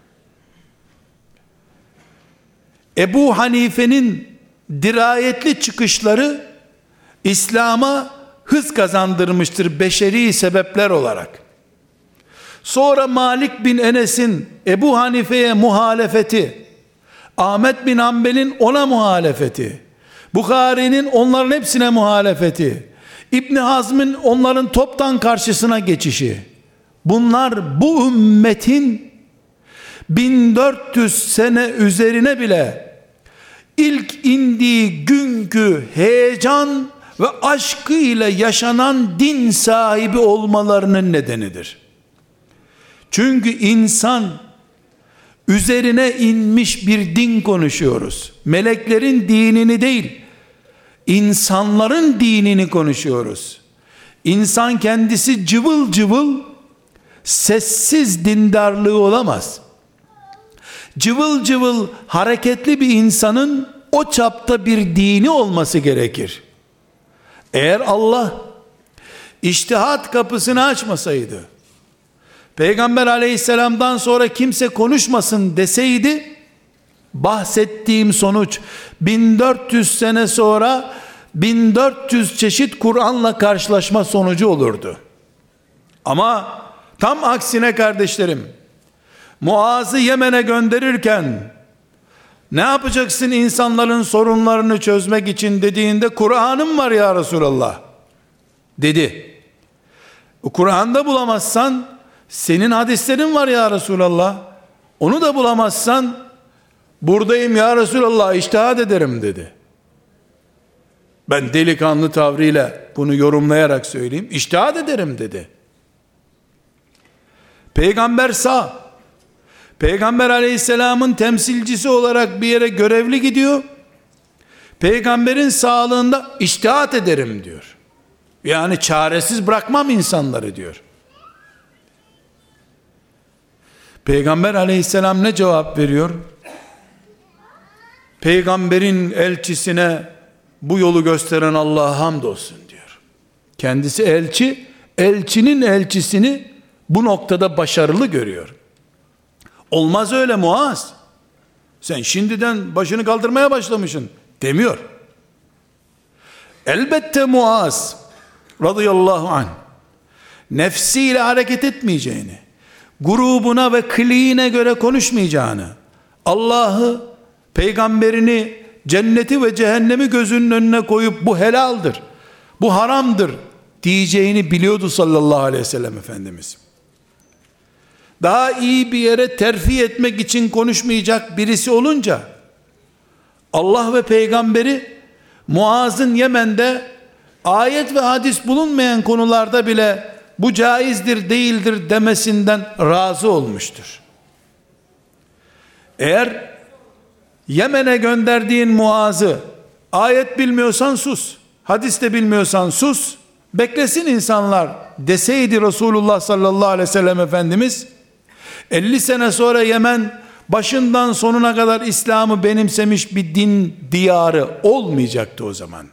Ebu Hanife'nin dirayetli çıkışları İslam'a hız kazandırmıştır beşeri sebepler olarak. Sonra Malik bin Enes'in Ebu Hanife'ye muhalefeti, Ahmet bin Hanbel'in ona muhalefeti, Bukhari'nin onların hepsine muhalefeti, İbn Hazm'ın onların toptan karşısına geçişi, bunlar bu ümmetin bin dört yüz sene üzerine bile ilk indiği günkü heyecan ve aşkı ile yaşanan din sahibi olmalarının nedenidir. Çünkü insan üzerine inmiş bir din konuşuyoruz. Meleklerin dinini değil, insanların dinini konuşuyoruz. İnsan kendisi cıvıl cıvıl, sessiz dindarlığı olamaz. Cıvıl cıvıl hareketli bir insanın o çapta bir dini olması gerekir. Eğer Allah içtihat kapısını açmasaydı, Peygamber aleyhisselamdan sonra kimse konuşmasın deseydi, bahsettiğim sonuç bin dört yüz sene sonra bin dört yüz çeşit Kur'an'la karşılaşma sonucu olurdu. Ama tam aksine kardeşlerim, Muaz'ı Yemen'e gönderirken ne yapacaksın insanların sorunlarını çözmek için dediğinde, Kur'an'ım var ya Resulallah dedi. Kur'an'da bulamazsan senin hadislerin var ya Resulallah, onu da bulamazsan buradayım ya Resulallah, içtihat ederim dedi. Ben delikanlı tavrıyla bunu yorumlayarak söyleyeyim, içtihat ederim dedi. Peygamber sağ. Peygamber aleyhisselamın temsilcisi olarak bir yere görevli gidiyor. Peygamberin sağlığında içtihat ederim diyor. Yani çaresiz bırakmam insanları diyor. Peygamber aleyhisselam ne cevap veriyor? Peygamberin elçisine bu yolu gösteren Allah'a hamdolsun diyor. Kendisi elçi, elçinin elçisini bu noktada başarılı görüyor. Olmaz öyle Muaz. Sen şimdiden başını kaldırmaya başlamışsın demiyor. Elbette Muaz radıyallahu anh nefsiyle hareket etmeyeceğini, grubuna ve kliğine göre konuşmayacağını, Allah'ı, peygamberini, cenneti ve cehennemi gözünün önüne koyup bu helaldir, bu haramdır diyeceğini biliyordu sallallahu aleyhi ve sellem Efendimiz. Daha iyi bir yere terfi etmek için konuşmayacak birisi olunca Allah ve peygamberi Muaz'ın Yemen'de ayet ve hadis bulunmayan konularda bile bu caizdir değildir demesinden razı olmuştur. Eğer Yemen'e gönderdiğin Muaz'ı ayet bilmiyorsan sus, hadis de bilmiyorsan sus, beklesin insanlar deseydi Resulullah sallallahu aleyhi ve sellem Efendimiz, elli sene sonra Yemen başından sonuna kadar İslam'ı benimsemiş bir din diyarı olmayacaktı o zaman.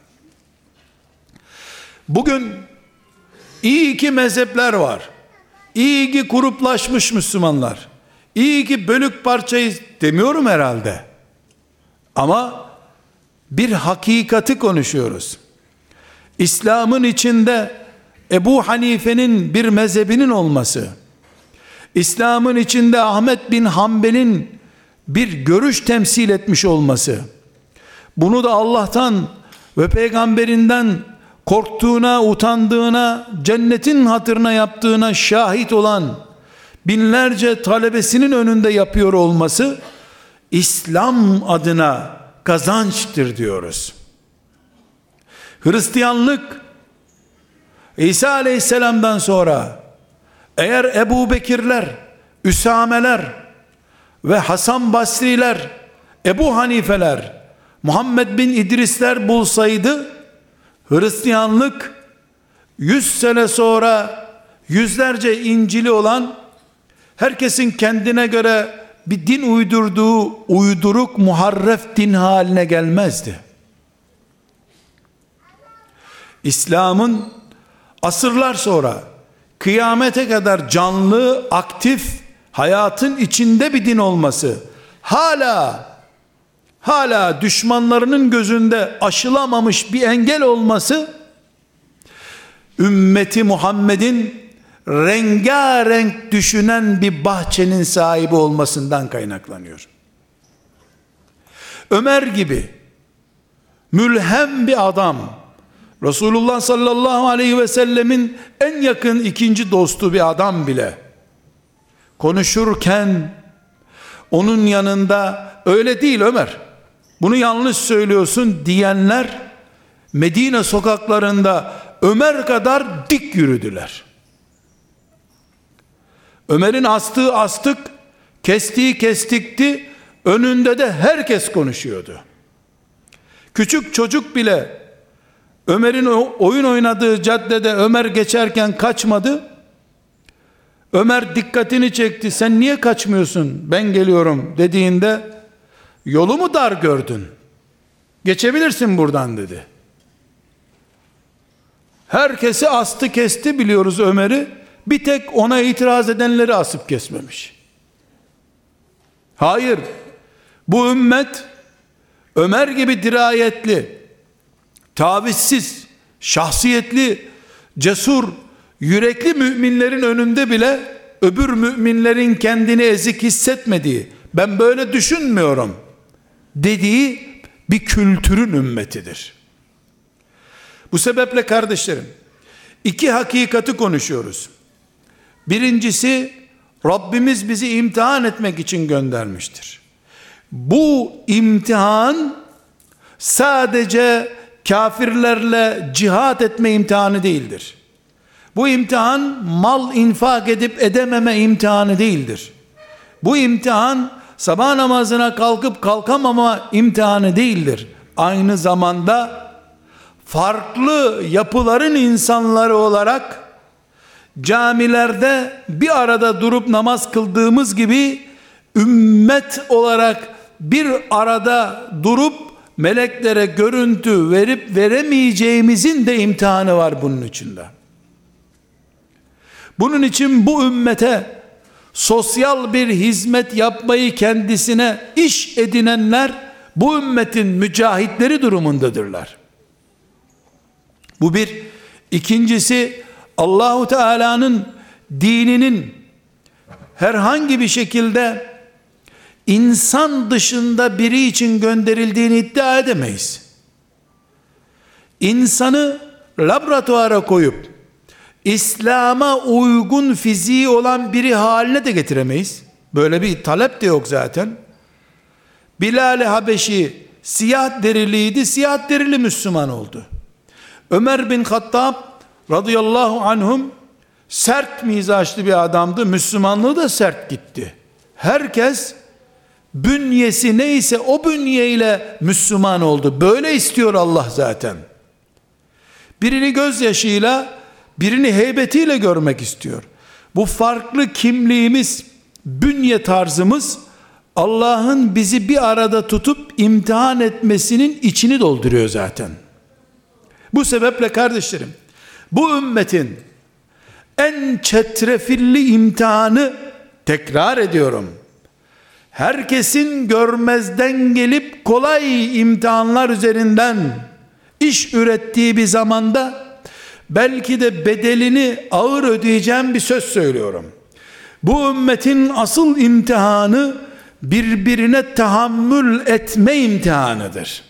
Bugün iyi ki mezhepler var, iyi ki gruplaşmış Müslümanlar, iyi ki bölük parçayız demiyorum herhalde, ama bir hakikati konuşuyoruz. İslam'ın içinde Ebu Hanife'nin bir mezhebinin olması, İslam'ın içinde Ahmet bin Hanbel'in bir görüş temsil etmiş olması, bunu da Allah'tan ve peygamberinden korktuğuna, utandığına, cennetin hatırına yaptığına şahit olan binlerce talebesinin önünde yapıyor olması, İslam adına kazançtır diyoruz. Hristiyanlık İsa aleyhisselamdan sonra eğer Ebu Bekirler, Üsameler ve Hasan Basriler, Ebu Hanifeler, Muhammed bin İdrisler bulsaydı, Hristiyanlık yüz sene sonra yüzlerce İncil'i olan, herkesin kendine göre bir din uydurduğu uyduruk muharref din haline gelmezdi. İslam'ın asırlar sonra kıyamete kadar canlı, aktif, hayatın içinde bir din olması, hala hala düşmanlarının gözünde aşılamamış bir engel olması, ümmeti Muhammed'in rengarenk düşünen bir bahçenin sahibi olmasından kaynaklanıyor. Ömer gibi mülhem bir adam, Resulullah sallallahu aleyhi ve sellemin en yakın ikinci dostu bir adam bile konuşurken onun yanında öyle değil Ömer, bunu yanlış söylüyorsun diyenler Medine sokaklarında Ömer kadar dik yürüdüler. Ömer'in astığı astık, kestiği kestikti, önünde de herkes konuşuyordu. Küçük çocuk bile Ömer'in oyun oynadığı caddede Ömer geçerken kaçmadı. Ömer dikkatini çekti. Sen niye kaçmıyorsun? Ben geliyorum dediğinde, yolu mu dar gördün? Geçebilirsin buradan dedi. Herkesi astı kesti biliyoruz Ömer'i. Bir tek ona itiraz edenleri asıp kesmemiş. Hayır. Bu ümmet Ömer gibi dirayetli, tavizsiz, şahsiyetli, cesur, yürekli müminlerin önünde bile öbür müminlerin kendini ezik hissetmediği, ben böyle düşünmüyorum dediği bir kültürün ümmetidir. Bu sebeple kardeşlerim, iki hakikati konuşuyoruz. Birincisi, Rabbimiz bizi imtihan etmek için göndermiştir. Bu imtihan sadece kafirlerle cihat etme imtihanı değildir. Bu imtihan mal infak edip edememe imtihanı değildir. Bu imtihan sabah namazına kalkıp kalkamama imtihanı değildir. Aynı zamanda farklı yapıların insanları olarak camilerde bir arada durup namaz kıldığımız gibi ümmet olarak bir arada durup meleklere görüntü verip veremeyeceğimizin de imtihanı var bunun içinde. Bunun için bu ümmete sosyal bir hizmet yapmayı kendisine iş edinenler bu ümmetin mücahitleri durumundadırlar. Bu bir. İkincisi, Allahu Teala'nın dininin herhangi bir şekilde insan dışında biri için gönderildiğini iddia edemeyiz. İnsanı laboratuvara koyup İslam'a uygun fiziği olan biri haline de getiremeyiz. Böyle bir talep de yok zaten. Bilal-i Habeşi siyah deriliydi, siyah derili Müslüman oldu. Ömer bin Hattab radıyallahu anhum sert mizaçlı bir adamdı, Müslümanlığı da sert gitti. Herkes bünyesi neyse o bünyeyle Müslüman oldu. Böyle istiyor Allah zaten. Birini gözyaşıyla, birini heybetiyle görmek istiyor. Bu farklı kimliğimiz, bünye tarzımız Allah'ın bizi bir arada tutup imtihan etmesinin içini dolduruyor zaten. Bu sebeple kardeşlerim, bu ümmetin en çetrefilli imtihanı, tekrar ediyorum, herkesin görmezden gelip kolay imtihanlar üzerinden iş ürettiği bir zamanda belki de bedelini ağır ödeyeceğim bir söz söylüyorum. Bu ümmetin asıl imtihanı birbirine tahammül etme imtihanıdır.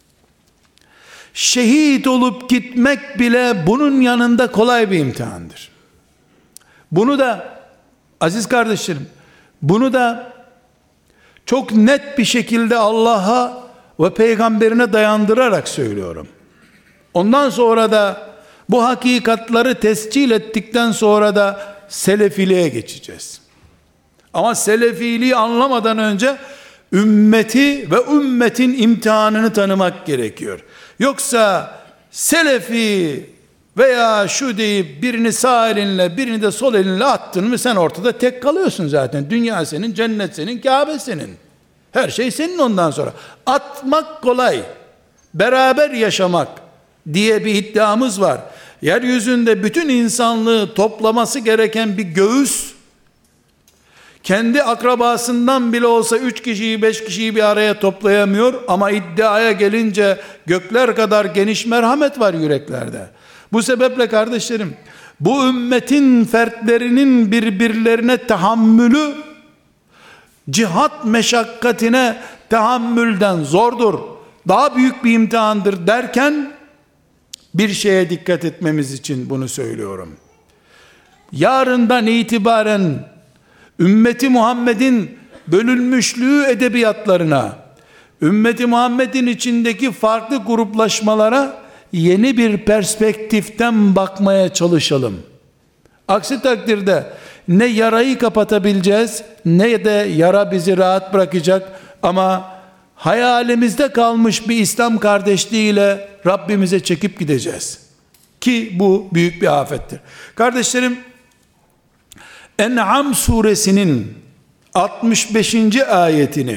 Şehit olup gitmek bile bunun yanında kolay bir imtihandır. Bunu da aziz kardeşlerim, bunu da çok net bir şekilde Allah'a ve peygamberine dayandırarak söylüyorum. Ondan sonra da bu hakikatları tescil ettikten sonra da selefiliğe geçeceğiz. Ama selefiliği anlamadan önce ümmeti ve ümmetin imtihanını tanımak gerekiyor. Yoksa selefi veya şu deyip birini sağ elinle birini de sol elinle attın mı sen ortada tek kalıyorsun zaten. Dünya senin, cennet senin, Kabe senin. Her şey senin ondan sonra. Atmak kolay, beraber yaşamak diye bir iddiamız var. Yeryüzünde bütün insanlığı toplaması gereken bir göğüs, kendi akrabasından bile olsa üç kişiyi beş kişiyi bir araya toplayamıyor ama iddiaya gelince gökler kadar geniş merhamet var yüreklerde. Bu sebeple kardeşlerim, bu ümmetin fertlerinin birbirlerine tahammülü cihat meşakkatine tahammülden zordur, daha büyük bir imtihandır derken bir şeye dikkat etmemiz için bunu söylüyorum. Yarından itibaren ümmeti Muhammed'in bölünmüşlüğü edebiyatlarına, ümmeti Muhammed'in içindeki farklı gruplaşmalara yeni bir perspektiften bakmaya çalışalım. Aksi takdirde ne yarayı kapatabileceğiz ne de yara bizi rahat bırakacak, ama hayalimizde kalmış bir İslam kardeşliğiyle Rabbimize çekip gideceğiz. Ki bu büyük bir afettir. Kardeşlerim, En'am suresinin altmış beşinci ayetini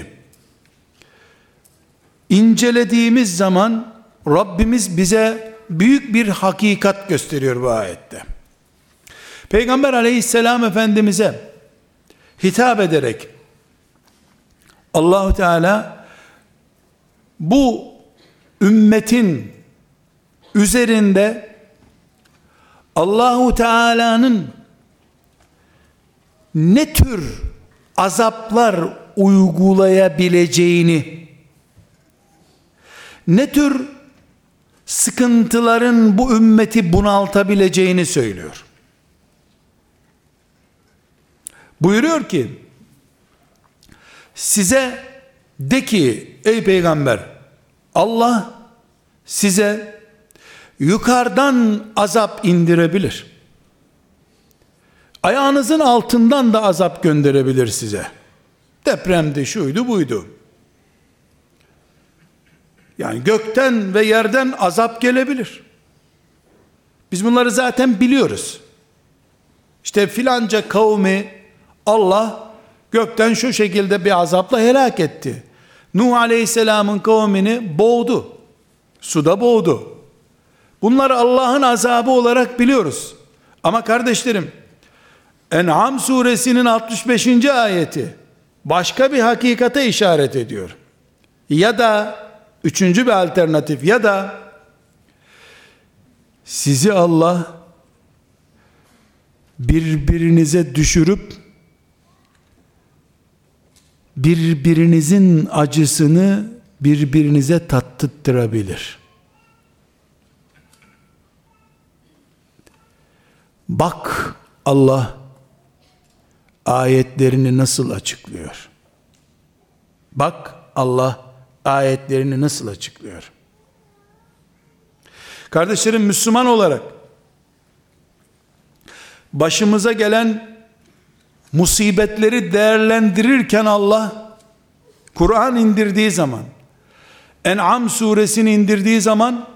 incelediğimiz zaman Rabbimiz bize büyük bir hakikat gösteriyor bu ayette. Peygamber aleyhisselam efendimize hitap ederek Allahu Teala bu ümmetin üzerinde Allahu Teala'nın ne tür azaplar uygulayabileceğini, ne tür sıkıntıların bu ümmeti bunaltabileceğini söylüyor. Buyuruyor ki, size de ki ey peygamber, Allah size yukarıdan azap indirebilir. Ayağınızın altından da azap gönderebilir size. Depremdi, şuydu, buydu. Yani gökten ve yerden azap gelebilir. Biz bunları zaten biliyoruz. İşte filanca kavmi Allah gökten şu şekilde bir azapla helak etti. Nuh Aleyhisselam'ın kavmini boğdu. Suda boğdu. Bunları Allah'ın azabı olarak biliyoruz. Ama kardeşlerim, En'am suresinin altmış beşinci ayeti başka bir hakikate işaret ediyor. Ya da üçüncü bir alternatif, ya da sizi Allah birbirinize düşürüp birbirinizin acısını birbirinize tattırabilir. Bak Allah ayetlerini nasıl açıklıyor. Bak Allah ayetlerini nasıl açıklıyor. Kardeşlerim, Müslüman olarak başımıza gelen musibetleri değerlendirirken Allah Kur'an indirdiği zaman, En'am suresini indirdiği zaman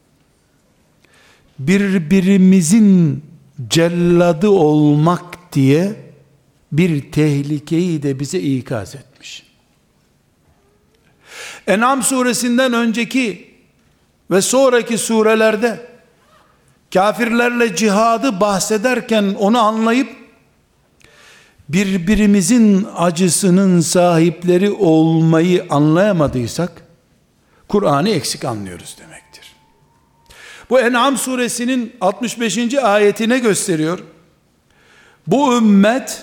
birbirimizin celladı olmak diye bir tehlikeyi de bize ikaz etmiş. En'am suresinden önceki ve sonraki surelerde kafirlerle cihadı bahsederken onu anlayıp birbirimizin acısının sahipleri olmayı anlayamadıysak Kur'an'ı eksik anlıyoruz demektir. Bu En'am suresinin altmış beşinci ayetine gösteriyor. Bu ümmet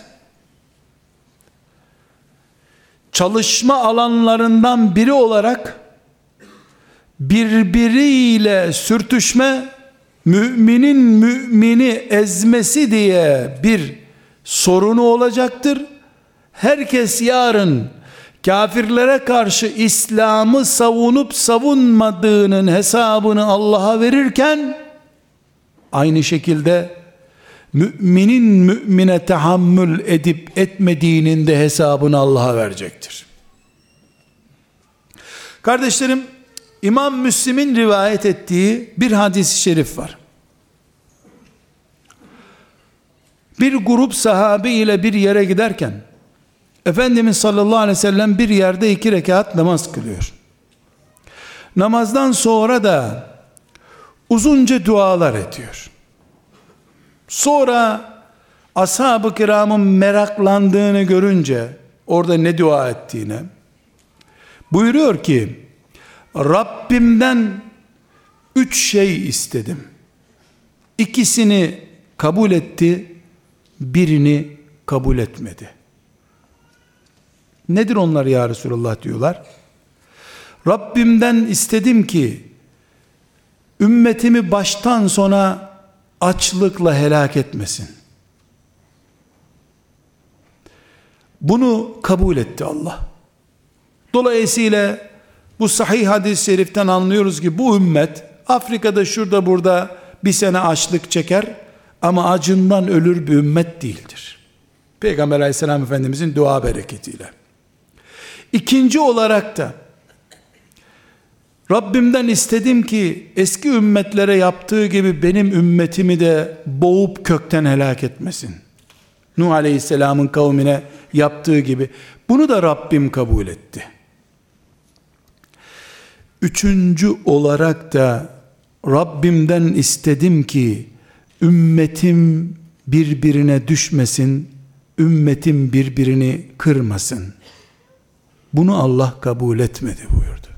çalışma alanlarından biri olarak birbiriyle sürtüşme, müminin mümini ezmesi diye bir sorunu olacaktır. Herkes yarın kafirlere karşı İslam'ı savunup savunmadığının hesabını Allah'a verirken aynı şekilde müminin mümine tahammül edip etmediğinin de hesabını Allah'a verecektir. Kardeşlerim, İmam Müslim'in rivayet ettiği bir hadis-i şerif var. Bir grup sahabe ile bir yere giderken Efendimiz sallallahu aleyhi ve sellem bir yerde iki rekat namaz kılıyor. Namazdan sonra da uzunca dualar ediyor. Sonra ashab-ı kiramın meraklandığını görünce orada ne dua ettiğine buyuruyor ki, Rabbimden üç şey istedim. İkisini kabul etti, birini kabul etmedi. Nedir onlar ya Resulullah diyorlar. Rabbimden istedim ki ümmetimi baştan sona açlıkla helak etmesin. Bunu kabul etti Allah. Dolayısıyla bu sahih hadis-i şeriften anlıyoruz ki bu ümmet Afrika'da şurada burada bir sene açlık çeker ama acından ölür bir ümmet değildir. Peygamber aleyhisselam efendimizin dua bereketiyle. İkinci olarak da Rabbimden istedim ki eski ümmetlere yaptığı gibi benim ümmetimi de boğup kökten helak etmesin. Nuh aleyhisselamın kavmine yaptığı gibi. Bunu da Rabbim kabul etti. Üçüncü olarak da Rabbimden istedim ki ümmetim birbirine düşmesin, ümmetim birbirini kırmasın. Bunu Allah kabul etmedi buyurdu.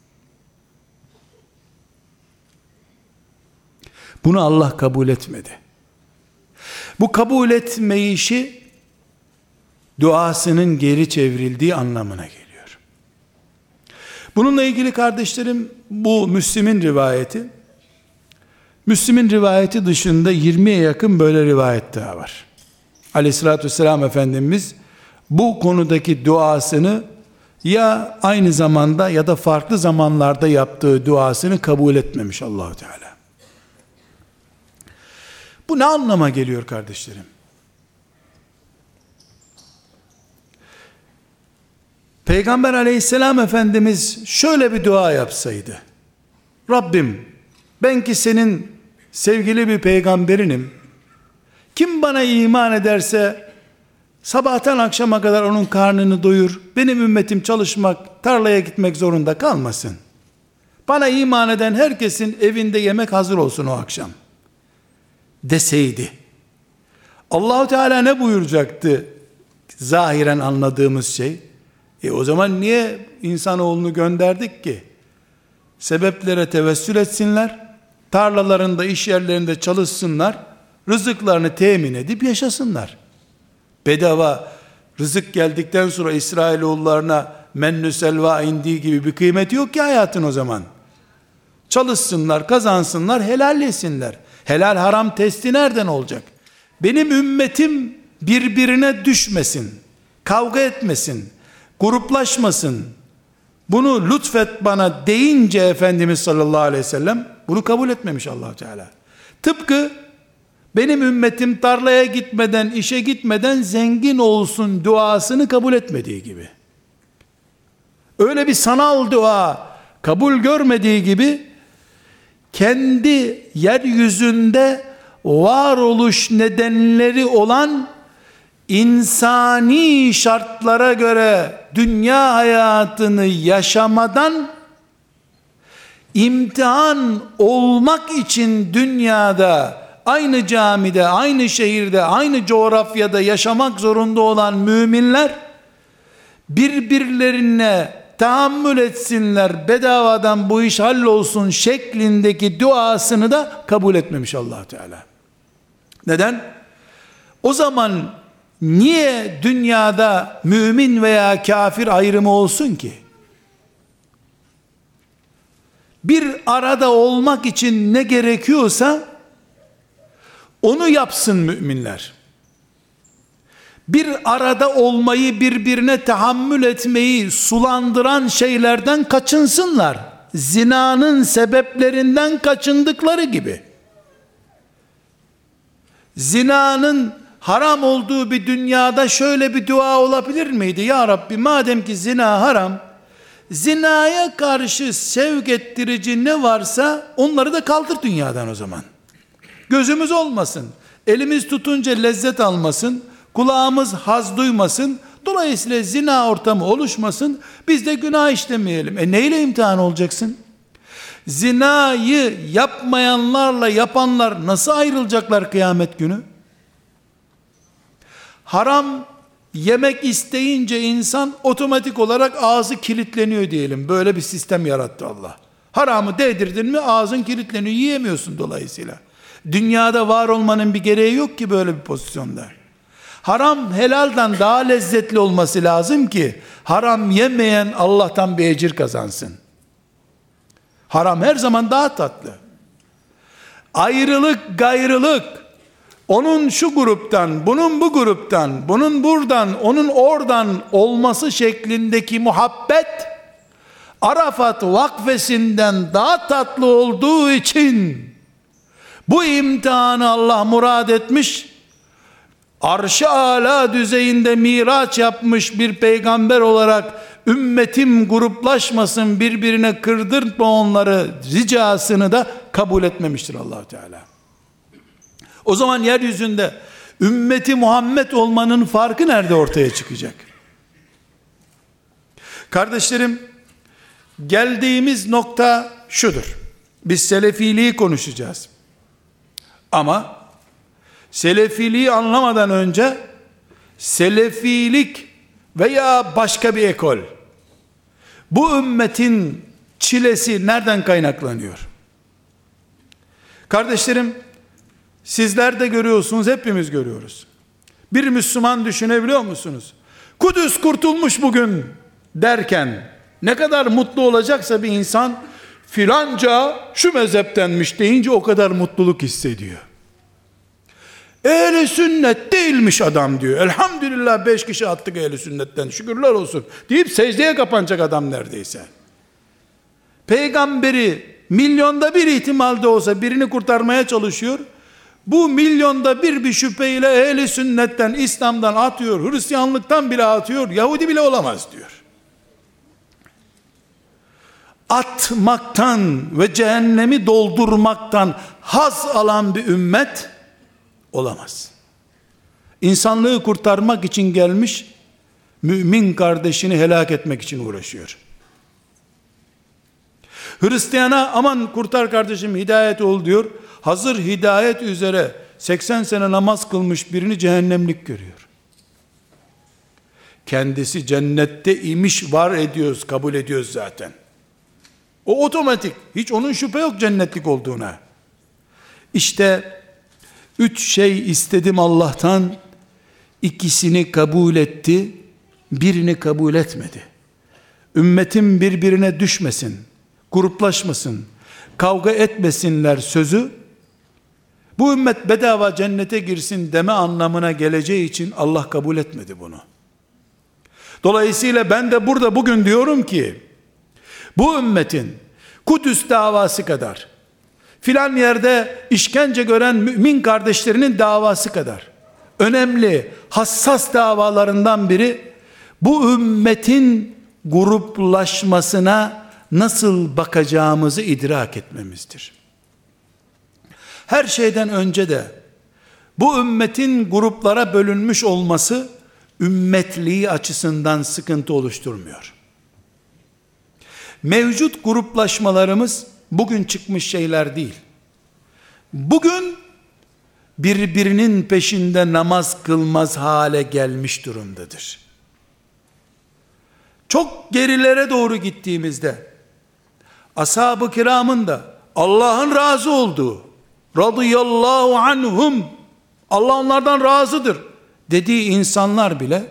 Bunu Allah kabul etmedi. Bu kabul etmeyişi duasının geri çevrildiği anlamına geliyor. Bununla ilgili kardeşlerim, bu Müslim'in rivayeti. Müslim'in rivayeti dışında yirmiye yakın böyle rivayet daha var. Aleyhissalatü vesselam Efendimiz bu konudaki duasını ya aynı zamanda ya da farklı zamanlarda yaptığı duasını kabul etmemiş Allah-u Teala. Bu ne anlama geliyor kardeşlerim? Peygamber aleyhisselam Efendimiz şöyle bir dua yapsaydı: Rabbim, ben ki senin sevgili bir peygamberinim, kim bana iman ederse sabahtan akşama kadar onun karnını doyur, benim ümmetim çalışmak, tarlaya gitmek zorunda kalmasın, bana iman eden herkesin evinde yemek hazır olsun o akşam deseydi, Allahu Teala ne buyuracaktı? Zahiren anladığımız şey, e o zaman niye insanoğlunu gönderdik ki? Sebeplere tevessül etsinler, tarlalarında, iş yerlerinde çalışsınlar, rızıklarını temin edip yaşasınlar. Bedava rızık geldikten sonra İsrailoğullarına mennü selva indiği gibi bir kıymeti yok ki hayatın o zaman. Çalışsınlar, kazansınlar, helal yesinler. Helal haram testi nereden olacak? Benim ümmetim birbirine düşmesin, kavga etmesin, gruplaşmasın, bunu lütfet bana deyince Efendimiz sallallahu aleyhi ve sellem bunu kabul etmemiş Allah Teala. Tıpkı benim ümmetim tarlaya gitmeden, işe gitmeden zengin olsun duasını kabul etmediği gibi, öyle bir sanal dua kabul görmediği gibi, kendi yeryüzünde varoluş nedenleri olan insani şartlara göre dünya hayatını yaşamadan, imtihan olmak için dünyada aynı camide, aynı şehirde, aynı coğrafyada yaşamak zorunda olan müminler birbirlerine tahammül etsinler, bedavadan bu iş hallolsun şeklindeki duasını da kabul etmemiş Allah Teala. Neden? O zaman niye dünyada mümin veya kafir ayrımı olsun ki? Bir arada olmak için ne gerekiyorsa onu yapsın müminler. Bir arada olmayı, birbirine tahammül etmeyi sulandıran şeylerden kaçınsınlar. Zinanın sebeplerinden kaçındıkları gibi. Zinanın haram olduğu bir dünyada şöyle bir dua olabilir miydi? Ya Rabbi, madem ki zina haram, zinaya karşı sevk ettirici ne varsa onları da kaldır dünyadan o zaman. Gözümüz olmasın, elimiz tutunca lezzet almasın, kulağımız haz duymasın, dolayısıyla zina ortamı oluşmasın, biz de günah işlemeyelim. E neyle imtihan olacaksın? Zinayı yapmayanlarla yapanlar nasıl ayrılacaklar kıyamet günü? Haram yemek isteyince insan otomatik olarak ağzı kilitleniyor diyelim. Böyle bir sistem yarattı Allah. Haramı değdirdin mi ağzın kilitleniyor, yiyemiyorsun dolayısıyla. Dünyada var olmanın bir gereği yok ki böyle bir pozisyonda. Haram helaldan daha lezzetli olması lazım ki haram yemeyen Allah'tan bir ecir kazansın. Haram her zaman daha tatlı. Ayrılık, gayrılık, onun şu gruptan, bunun bu gruptan, bunun buradan, onun oradan olması şeklindeki muhabbet, Arafat vakfesinden daha tatlı olduğu için bu imtihanı Allah murad etmiş, arş-ı âlâ düzeyinde miraç yapmış bir peygamber olarak ümmetim gruplaşmasın, birbirine kırdırtma onları ricasını da kabul etmemiştir Allah Teala. O zaman yeryüzünde ümmeti Muhammed olmanın farkı nerede ortaya çıkacak? Kardeşlerim, geldiğimiz nokta şudur. Biz selefiliği konuşacağız. Ama selefiliği anlamadan önce selefilik veya başka bir ekol, bu ümmetin çilesi nereden kaynaklanıyor? Kardeşlerim, sizler de görüyorsunuz, hepimiz görüyoruz. Bir Müslüman düşünebiliyor musunuz? Kudüs kurtulmuş bugün derken ne kadar mutlu olacaksa bir insan, filanca şu mezheptenmiş deyince o kadar mutluluk hissediyor. Ehl-i sünnet değilmiş adam diyor. Elhamdülillah beş kişi attık ehl-i sünnetten, şükürler olsun deyip secdeye kapanacak adam neredeyse. Peygamberi milyonda bir ihtimalde olsa birini kurtarmaya çalışıyor. Bu milyonda bir bir şüpheyle ehl-i sünnetten, İslam'dan atıyor, Hristiyanlıktan bile atıyor, Yahudi bile olamaz diyor. atmaktan ve cehennemi doldurmaktan haz alan bir ümmet olamaz. İnsanlığı kurtarmak için gelmiş, mümin kardeşini helak etmek için uğraşıyor. Hristiyana aman kurtar kardeşim, hidayet ol diyor. Hazır hidayet üzere seksen sene namaz kılmış birini cehennemlik görüyor. Kendisi cennette imiş var ediyoruz, kabul ediyoruz zaten. O otomatik. Hiç onun şüphe yok cennetlik olduğuna. İşte üç şey istedim Allah'tan, ikisini kabul etti, birini kabul etmedi. Ümmetim birbirine düşmesin, gruplaşmasın, kavga etmesinler sözü, bu ümmet bedava cennete girsin deme anlamına geleceği için Allah kabul etmedi bunu. Dolayısıyla ben de burada bugün diyorum ki, bu ümmetin Kudüs davası kadar, filan yerde işkence gören mümin kardeşlerinin davası kadar önemli, hassas davalarından biri, bu ümmetin gruplaşmasına nasıl bakacağımızı idrak etmemizdir. Her şeyden önce de bu ümmetin gruplara bölünmüş olması ümmetliği açısından sıkıntı oluşturmuyor. Mevcut gruplaşmalarımız bugün çıkmış şeyler değil. Bugün birbirinin peşinde namaz kılmaz hale gelmiş durumdadır. Çok gerilere doğru gittiğimizde ashab-ı kiramın da Allah'ın razı olduğu, radıyallahu anhum, Allah onlardan razıdır dediği insanlar bile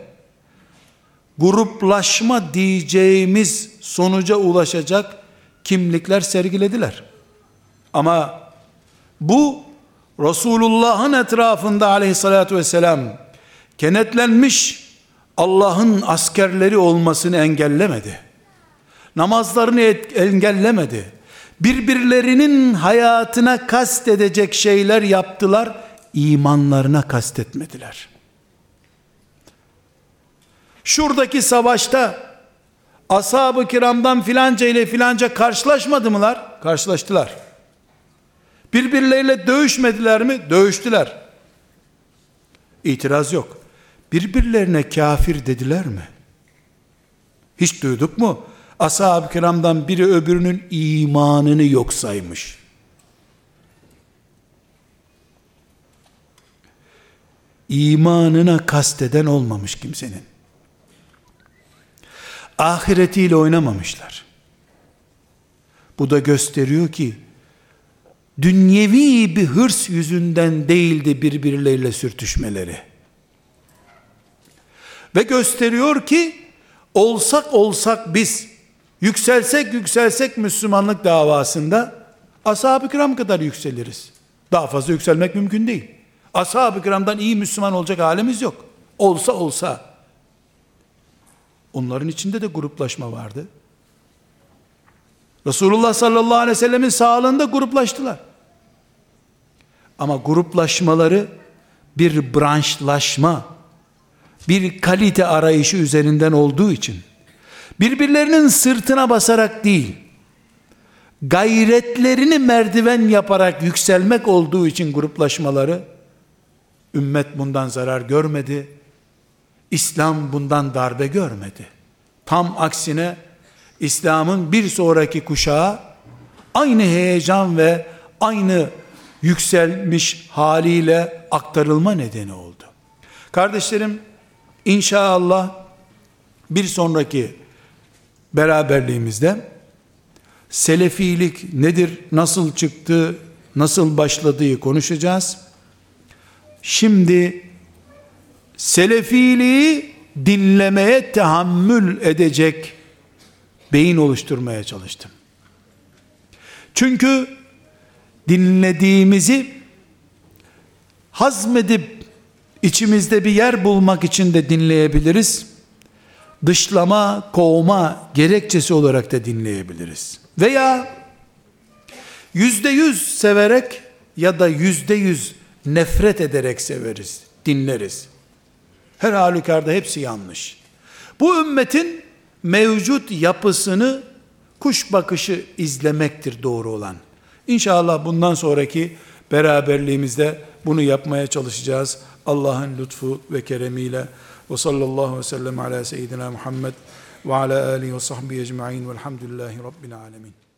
gruplaşma diyeceğimiz sonuca ulaşacak kimlikler sergilediler. Ama bu Resulullah'ın etrafında aleyhissalatü vesselam kenetlenmiş Allah'ın askerleri olmasını engellemedi. Namazlarını engellemedi. Birbirlerinin hayatına kastedecek şeyler yaptılar, imanlarına kastetmediler. Şuradaki savaşta ashab-ı kiramdan filanca ile filanca karşılaşmadı mılar? Karşılaştılar. Birbirleriyle dövüşmediler mi? Dövüştüler. İtiraz yok. Birbirlerine kafir dediler mi? Hiç duyduk mu? Ashab-ı kiramdan biri öbürünün imanını yok saymış. İmanına kasteden olmamış kimsenin. Ahiretiyle oynamamışlar. Bu da gösteriyor ki dünyevi bir hırs yüzünden değildi birbirleriyle sürtüşmeleri. Ve gösteriyor ki olsak olsak biz, yükselsek yükselsek Müslümanlık davasında ashab-ı kiram kadar yükseliriz. Daha fazla yükselmek mümkün değil. Ashab-ı kiramdan iyi Müslüman olacak halimiz yok. Olsa olsa. Onların içinde de gruplaşma vardı. Resulullah sallallahu aleyhi ve sellemin sağlığında gruplaştılar. Ama gruplaşmaları bir branşlaşma, bir kalite arayışı üzerinden olduğu için, birbirlerinin sırtına basarak değil, gayretlerini merdiven yaparak yükselmek olduğu için gruplaşmaları, ümmet bundan zarar görmedi, İslam bundan darbe görmedi. Tam aksine İslam'ın bir sonraki kuşağı aynı heyecan ve aynı yükselmiş haliyle aktarılma nedeni oldu. Kardeşlerim, İnşallah bir sonraki beraberliğimizde Selefilik nedir, nasıl çıktı, nasıl başladığı konuşacağız. Şimdi Selefiliği dinlemeye tahammül edecek beyin oluşturmaya çalıştım. Çünkü dinlediğimizi hazmedip İçimizde bir yer bulmak için de dinleyebiliriz. Dışlama, kovma gerekçesi olarak da dinleyebiliriz. Veya yüzde yüz severek ya da yüzde yüz nefret ederek severiz, dinleriz. Her halükarda hepsi yanlış. Bu ümmetin mevcut yapısını kuş bakışı izlemektir doğru olan. İnşallah bundan sonraki beraberliğimizde bunu yapmaya çalışacağız. Allah'ın lütfu ve keremiyle. Ve sallallahu aleyhi ve sellem ala seyyidina Muhammed ve ala alihi ve sahbihi ecma'in velhamdülillahi rabbil alemin.